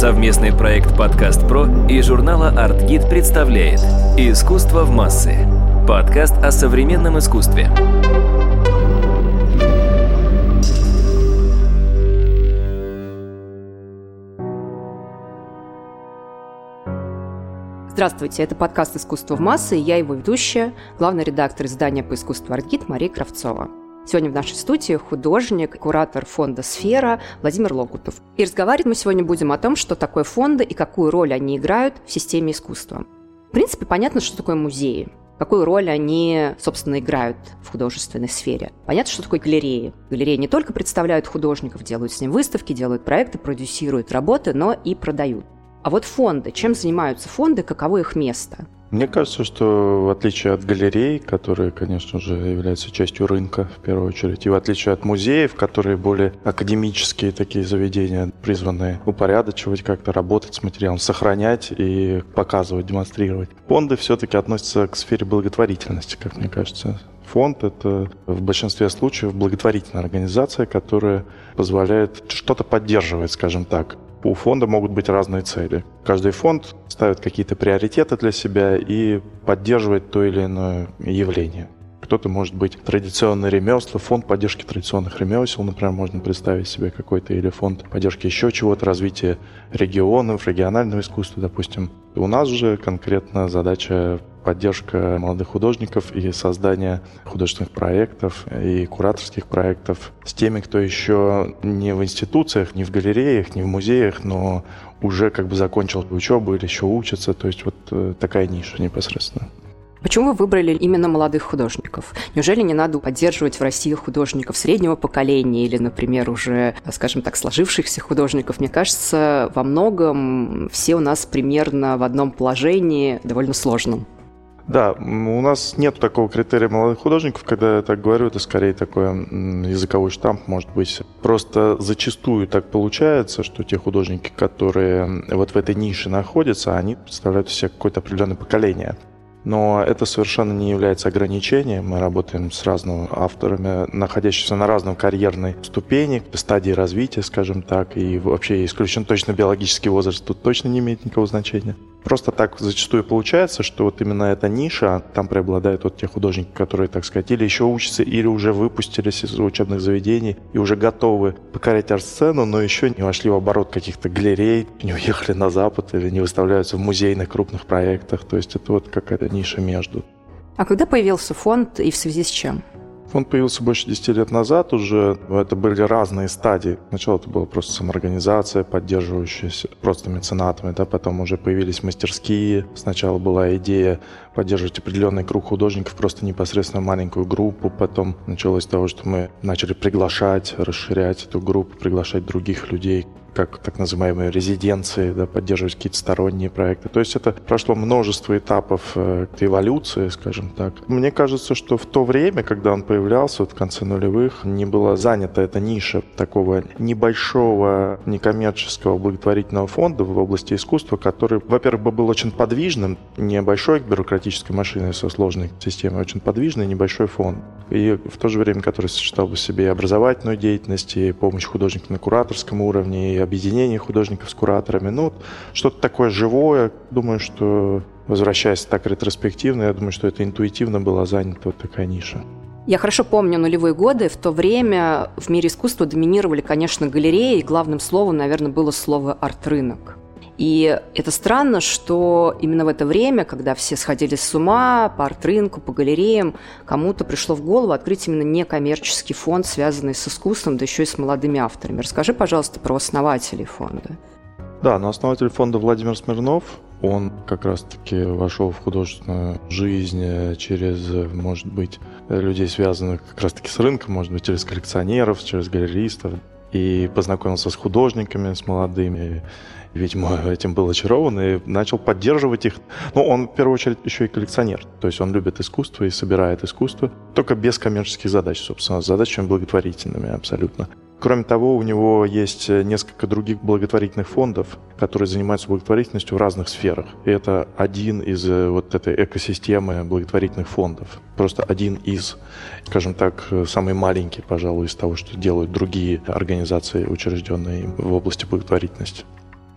Совместный проект «Подкаст Про» и журнала «Артгид» представляет «Искусство в массы» – подкаст о современном искусстве. Здравствуйте, это подкаст «Искусство в массы», и я его ведущая, главный редактор издания по искусству «Артгид» Мария Кравцова. Сегодня в нашей студии художник, куратор фонда «Сфера» Владимир Логутов. И разговаривать мы сегодня будем о том, что такое фонды и какую роль они играют в системе искусства. В принципе, понятно, что такое музеи, какую роль они, собственно, играют в художественной сфере. Понятно, что такое галереи. Галереи не только представляют художников, делают с ним выставки, делают проекты, продюсируют работы, но и продают. А вот фонды, чем занимаются фонды, каково их место? Мне кажется, что в отличие от галерей, которые, конечно же, являются частью рынка в первую очередь, и в отличие от музеев, которые более академические такие заведения, призванные упорядочивать, как-то работать с материалом, сохранять и показывать, демонстрировать, фонды все-таки относятся к сфере благотворительности, как мне кажется. Фонд – это в большинстве случаев благотворительная организация, которая позволяет что-то поддерживать, скажем так. У фонда могут быть разные цели. Каждый фонд ставит какие-то приоритеты для себя и поддерживает то или иное явление. Кто-то может быть традиционные ремесла, фонд поддержки традиционных ремесел, например, можно представить себе какой-то, или фонд поддержки еще чего-то, развития регионов, регионального искусства, допустим. У нас же конкретно задача поддержка молодых художников и создание художественных проектов и кураторских проектов с теми, кто еще не в институциях, не в галереях, не в музеях, но уже как бы закончил учебу или еще учится. То есть вот такая ниша непосредственно. Почему вы выбрали именно молодых художников? Неужели не надо поддерживать в России художников среднего поколения или, например, уже, скажем так, сложившихся художников? Мне кажется, во многом все у нас примерно в одном положении, довольно сложном. Да, у нас нет такого критерия молодых художников. Когда я так говорю, это скорее такой языковой штамп, может быть. Просто зачастую так получается, что те художники, которые вот в этой нише находятся, они представляют из себя какое-то определенное поколение. Но это совершенно не является ограничением. Мы работаем с разными авторами, находящимися на разном карьерной ступени, стадии развития, скажем так, и вообще исключен точно биологический возраст, тут точно не имеет никакого значения. Просто так зачастую получается, что вот именно эта ниша, там преобладают вот те художники, которые, так сказать, или еще учатся, или уже выпустились из учебных заведений и уже готовы покорять арт-сцену, но еще не вошли в оборот каких-то галерей, не уехали на Запад или не выставляются в музейных крупных проектах. То есть это вот какая-то ниша между. А когда появился фонд и в связи с чем? Фонд появился больше 10 лет назад уже. Это были разные стадии. Сначала это была просто самоорганизация, поддерживающаяся просто меценатами. Да? Потом уже появились мастерские. Сначала была идея поддерживать определенный круг художников, просто непосредственно маленькую группу. Потом началось с того, что мы начали приглашать, расширять эту группу, приглашать других людей, как так называемые резиденции, да, поддерживать какие-то сторонние проекты. То есть это прошло множество этапов эволюции, скажем так. Мне кажется, что в то время, когда он появлялся, вот в конце нулевых, не была занята эта ниша такого небольшого некоммерческого благотворительного фонда в области искусства, который, во-первых, был очень подвижным, небольшой бюрократической машиной со сложной системой, очень подвижный небольшой фонд. И в то же время, который сочетал бы в себе и образовательную деятельность, и помощь художникам на кураторском уровне, и объединение художников с кураторами. Ну, что-то такое живое. Думаю, что, возвращаясь так ретроспективно, я думаю, что это интуитивно была занята вот такая ниша. Я хорошо помню нулевые годы. В то время в мире искусства доминировали, конечно, галереи, и главным словом, наверное, было слово «арт-рынок». И это странно, что именно в это время, когда все сходили с ума по арт-рынку, по галереям, кому-то пришло в голову открыть именно некоммерческий фонд, связанный с искусством, да еще и с молодыми авторами. Расскажи, пожалуйста, про основателей фонда. Да, но основатель фонда Владимир Смирнов, он как раз-таки вошел в художественную жизнь через, может быть, людей, связанных как раз-таки с рынком, может быть, через коллекционеров, через галеристов, и познакомился с художниками, с молодыми. Видимо, этим был очарован и начал поддерживать их. Но он, в первую очередь, еще и коллекционер. То есть он любит искусство и собирает искусство, только без коммерческих задач, собственно, с задачами благотворительными абсолютно. Кроме того, у него есть несколько других благотворительных фондов, которые занимаются благотворительностью в разных сферах. И это один из вот этой экосистемы благотворительных фондов. Просто один из, скажем так, самый маленький, пожалуй, из того, что делают другие организации, учрежденные в области благотворительности.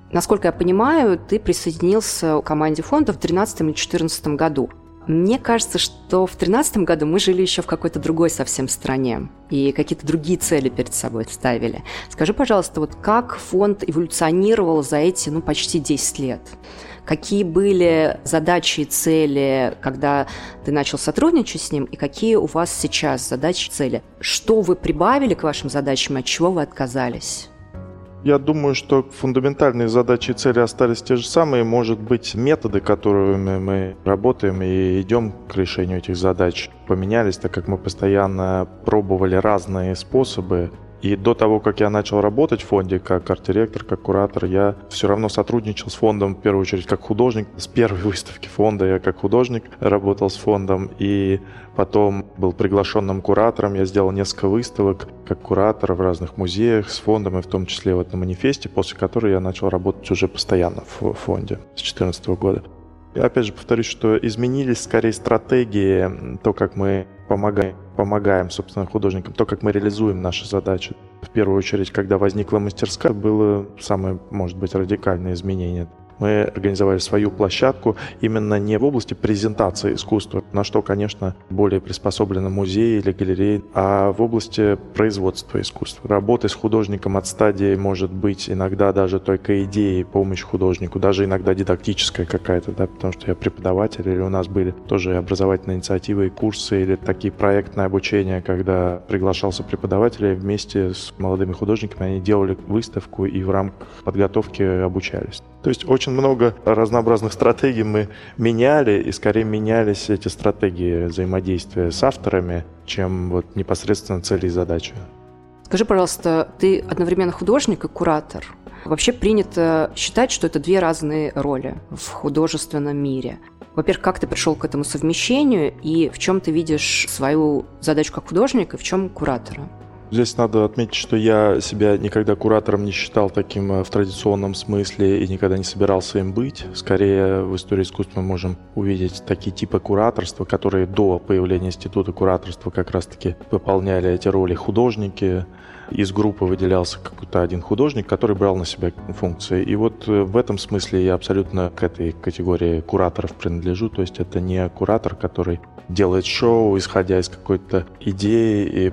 Насколько я понимаю, ты присоединился к команде фонда в 2013 или 2014 году. Мне кажется, что в 2013 году мы жили еще в какой-то другой совсем стране и какие-то другие цели перед собой ставили. Скажи, пожалуйста, вот как фонд эволюционировал за эти, почти 10 лет? Какие были задачи и цели, когда ты начал сотрудничать с ним, и какие у вас сейчас задачи и цели? Что вы прибавили к вашим задачам, от чего вы отказались? Я думаю, что фундаментальные задачи и цели остались те же самые. Может быть, методы, которыми мы работаем и идем к решению этих задач, поменялись, так как мы постоянно пробовали разные способы. И до того, как я начал работать в фонде как арт-директор, как куратор, я все равно сотрудничал с фондом, в первую очередь, как художник. С первой выставки фонда я как художник работал с фондом, и потом был приглашенным куратором. Я сделал несколько выставок как куратор в разных музеях с фондом, и в том числе на манифесте, после которой я начал работать уже постоянно в фонде с 2014 года. И опять же повторюсь, что изменились скорее стратегии, то, как мы помогаем, собственно, художникам, то, как мы реализуем наши задачи. В первую очередь, когда возникла мастерская, было самое, может быть, радикальное изменение. Мы организовали свою площадку именно не в области презентации искусства, на что, конечно, более приспособлены музеи или галереи, а в области производства искусства. Работа с художником от стадии может быть иногда даже только идеей, помощь художнику, даже иногда дидактическая какая-то, да, потому что я преподаватель, или у нас были тоже образовательные инициативы и курсы, или такие проектные обучения, когда приглашался преподаватель, и вместе с молодыми художниками они делали выставку и в рамках подготовки обучались. То есть очень много разнообразных стратегий мы меняли, и скорее менялись эти стратегии взаимодействия с авторами, чем непосредственно цели и задачи. Скажи, пожалуйста, ты одновременно художник и куратор. Вообще принято считать, что это две разные роли в художественном мире. Во-первых, как ты пришел к этому совмещению, и в чем ты видишь свою задачу как художника, и в чем куратора? Здесь надо отметить, что я себя никогда куратором не считал таким в традиционном смысле и никогда не собирался им быть. Скорее, в истории искусства мы можем увидеть такие типы кураторства, которые до появления института кураторства как раз-таки выполняли эти роли художники. Из группы выделялся какой-то один художник, который брал на себя функции. И в этом смысле я абсолютно к этой категории кураторов принадлежу. То есть это не куратор, который делает шоу, исходя из какой-то идеи и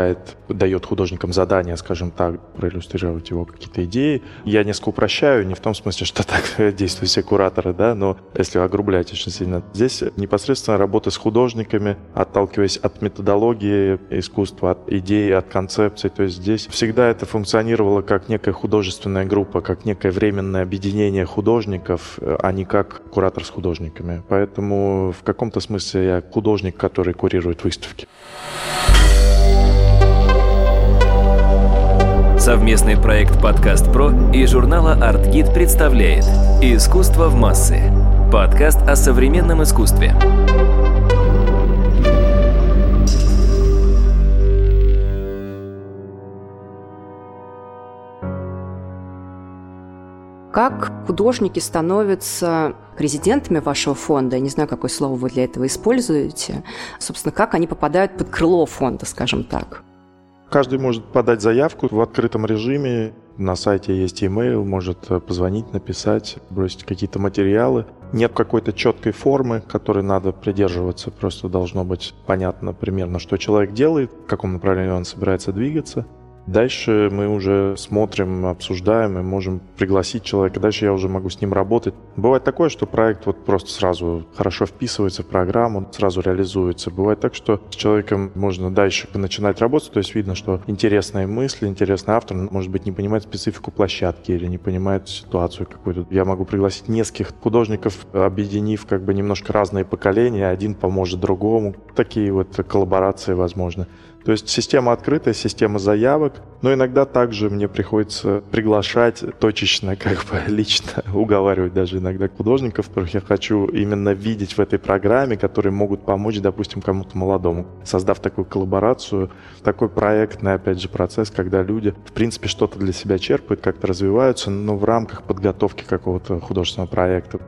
дает художникам задание, скажем так, проиллюстрировать его какие-то идеи. Я несколько упрощаю, не в том смысле, что так действуют все кураторы, да, но если огрублять очень сильно. Здесь непосредственно работа с художниками, отталкиваясь от методологии искусства, от идей, от концепций. То есть здесь всегда это функционировало как некая художественная группа, как некое временное объединение художников, а не как куратор с художниками. Поэтому в каком-то смысле я художник, который курирует выставки. Совместный проект «Подкаст Про» и журнала «Арт-гид» представляет «Искусство в массы» – подкаст о современном искусстве. Как художники становятся резидентами вашего фонда? Я не знаю, какое слово вы для этого используете. Собственно, как они попадают под крыло фонда, скажем так? Каждый может подать заявку в открытом режиме. На сайте есть email, может позвонить, написать, бросить какие-то материалы. Нет какой-то четкой формы, которой надо придерживаться. Просто должно быть понятно примерно, что человек делает, в каком направлении он собирается двигаться. Дальше мы уже смотрим, обсуждаем и можем пригласить человека. Дальше я уже могу с ним работать. Бывает такое, что проект просто сразу хорошо вписывается в программу, сразу реализуется. Бывает так, что с человеком можно дальше начинать работать. То есть видно, что интересные мысли, интересный автор, может быть, не понимает специфику площадки или не понимает ситуацию какую-то. Я могу пригласить нескольких художников, объединив немножко разные поколения. Один поможет другому. Такие коллаборации возможны. То есть система открытая, система заявок, но иногда также мне приходится приглашать точечно, лично уговаривать даже иногда художников, которых я хочу именно видеть в этой программе, которые могут помочь, допустим, кому-то молодому. Создав такую коллаборацию, такой проектный, опять же, процесс, когда люди, в принципе, что-то для себя черпают, как-то развиваются, но в рамках подготовки какого-то художественного проекта.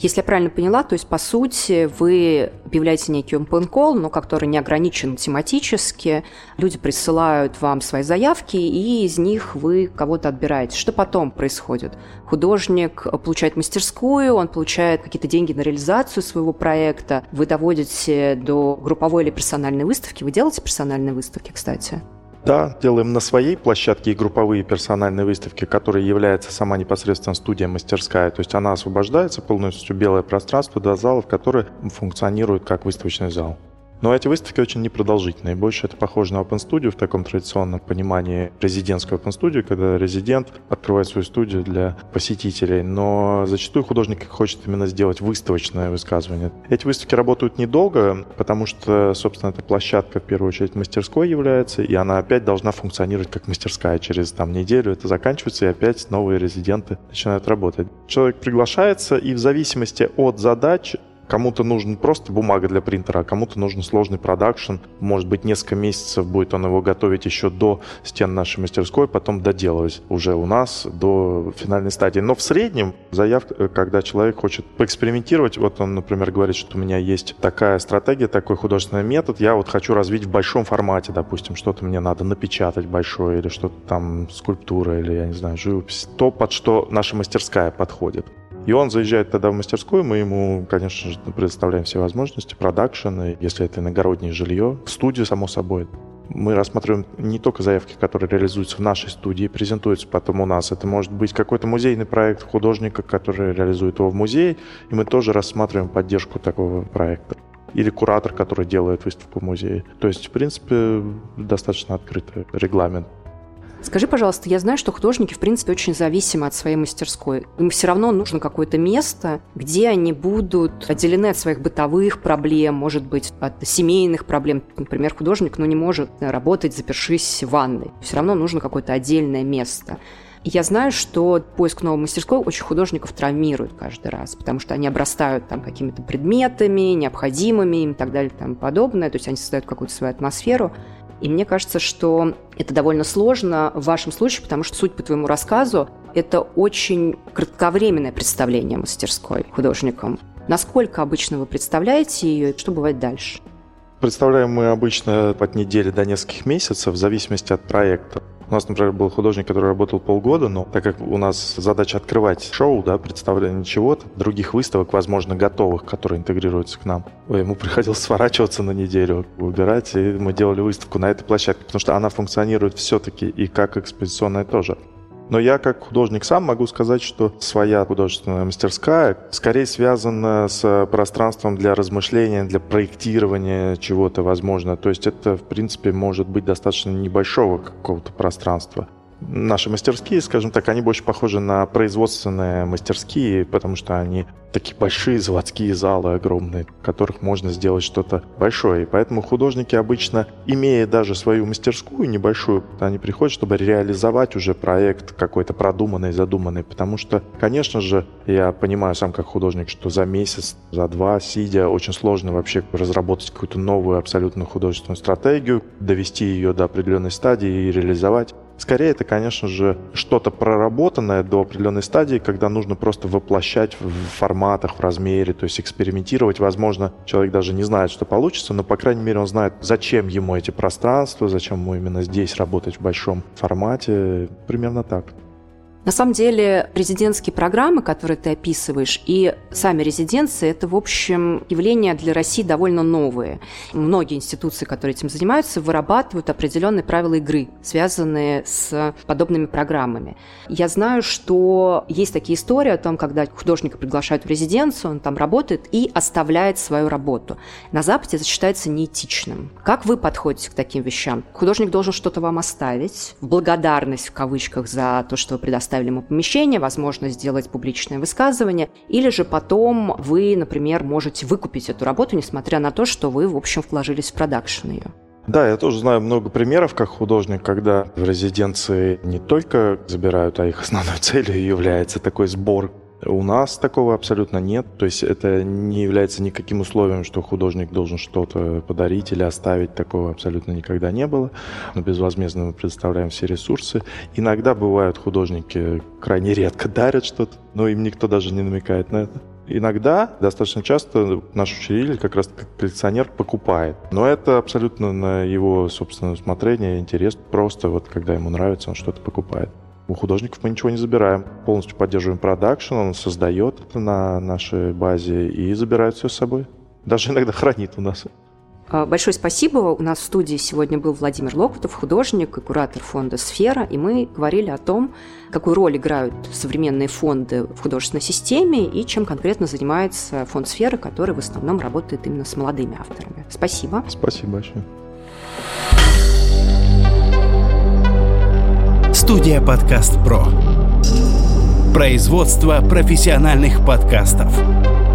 Если я правильно поняла, то есть, по сути, вы объявляете некий open call, но который не ограничен тематически. Люди присылают вам свои заявки, и из них вы кого-то отбираете. Что потом происходит? Художник получает мастерскую, он получает какие-то деньги на реализацию своего проекта. Вы доводите до групповой или персональной выставки. Вы делаете персональные выставки, кстати? Да, делаем на своей площадке и групповые персональные выставки, которые является сама непосредственно студия-мастерская. То есть она освобождается полностью, белое пространство, 2 зала, которые функционируют как выставочный зал. Но эти выставки очень непродолжительные. Больше это похоже на Open Studio в таком традиционном понимании резидентской Open Studio, когда резидент открывает свою студию для посетителей. Но зачастую художник хочет именно сделать выставочное высказывание. Эти выставки работают недолго, потому что, собственно, эта площадка в первую очередь мастерской является, и она опять должна функционировать как мастерская. Через неделю это заканчивается, и опять новые резиденты начинают работать. Человек приглашается, и в зависимости от задач кому-то нужен просто бумага для принтера, а кому-то нужен сложный продакшн. Может быть, несколько месяцев будет он его готовить еще до стен нашей мастерской, потом доделывать уже у нас до финальной стадии. Но в среднем заявка, когда человек хочет поэкспериментировать, вот он, например, говорит, что у меня есть такая стратегия, такой художественный метод, я вот хочу развить в большом формате, допустим, что-то мне надо напечатать большое, или что-то там скульптура, или, я не знаю, живопись. То, под что наша мастерская подходит. И он заезжает тогда в мастерскую, мы ему, конечно же, предоставляем все возможности, продакшн, если это иногороднее жилье, студию, само собой. Мы рассматриваем не только заявки, которые реализуются в нашей студии, презентуются потом у нас. Это может быть какой-то музейный проект художника, который реализует его в музее, и мы тоже рассматриваем поддержку такого проекта. Или куратор, который делает выставку в музее. То есть, в принципе, достаточно открытый регламент. Скажи, пожалуйста, я знаю, что художники, в принципе, очень зависимы от своей мастерской. Им все равно нужно какое-то место, где они будут отделены от своих бытовых проблем, может быть, от семейных проблем. Например, художник не может работать, запершись в ванной. Все равно нужно какое-то отдельное место. И я знаю, что поиск новой мастерской очень художников травмирует каждый раз, потому что они обрастают какими-то предметами, необходимыми им и так далее и тому подобное. То есть они создают какую-то свою атмосферу. И мне кажется, что это довольно сложно в вашем случае, потому что, судя по твоему рассказу, это очень кратковременное представление мастерской художникам. Насколько обычно вы представляете ее и что бывает дальше? Представляем мы обычно от недели до нескольких месяцев, в зависимости от проекта. У нас, например, был художник, который работал полгода, но так как у нас задача открывать шоу, представление чего-то, других выставок, возможно, готовых, которые интегрируются к нам, ему приходилось сворачиваться на неделю, выбирать, и мы делали выставку на этой площадке, потому что она функционирует все-таки и как экспозиционная тоже. Но я как художник сам могу сказать, что своя художественная мастерская скорее связана с пространством для размышления, для проектирования чего-то, возможно. То есть это, в принципе, может быть достаточно небольшого какого-то пространства. Наши мастерские, скажем так, они больше похожи на производственные мастерские, потому что они такие большие заводские залы огромные, в которых можно сделать что-то большое. И поэтому художники обычно, имея даже свою мастерскую небольшую, они приходят, чтобы реализовать уже проект какой-то продуманный, задуманный. Потому что, конечно же, я понимаю сам как художник, что за месяц, за 2, сидя, очень сложно вообще разработать какую-то новую абсолютно художественную стратегию, довести ее до определенной стадии и реализовать. Скорее, это, конечно же, что-то проработанное до определенной стадии, когда нужно просто воплощать в форматах, в размере, то есть экспериментировать. Возможно, человек даже не знает, что получится, но, по крайней мере, он знает, зачем ему эти пространства, зачем ему именно здесь работать в большом формате. Примерно так. На самом деле, резидентские программы, которые ты описываешь, и сами резиденции – это, в общем, явления для России довольно новые. Многие институции, которые этим занимаются, вырабатывают определенные правила игры, связанные с подобными программами. Я знаю, что есть такие истории о том, когда художника приглашают в резиденцию, он там работает и оставляет свою работу. На Западе это считается неэтичным. Как вы подходите к таким вещам? Художник должен что-то вам оставить, в благодарность, в кавычках, за то, что вы предоставили ему помещение, возможно, сделать публичное высказывание, или же потом вы, например, можете выкупить эту работу, несмотря на то, что вы, в общем, вложились в продакшн ее. Да, я тоже знаю много примеров, как художник, когда в резиденции не только забирают, а их основной целью является такой сбор. У нас такого абсолютно нет, то есть это не является никаким условием, что художник должен что-то подарить или оставить, такого абсолютно никогда не было. Но безвозмездно мы предоставляем все ресурсы. Иногда бывают художники, крайне редко дарят что-то, но им никто даже не намекает на это. Иногда, достаточно часто, наш учредитель как раз как коллекционер покупает. Но это абсолютно на его собственное усмотрение, интерес. Просто вот когда ему нравится, он что-то покупает. У художников мы ничего не забираем. Полностью поддерживаем продакшн, он создает это на нашей базе и забирает все с собой. Даже иногда хранит у нас. Большое спасибо. У нас в студии сегодня был Владимир Локутов, художник и куратор фонда «Сфера», и мы говорили о том, какую роль играют современные фонды в художественной системе и чем конкретно занимается фонд «Сфера», который в основном работает именно с молодыми авторами. Спасибо. Спасибо большое. Студия «Подкаст Про». Производство профессиональных подкастов.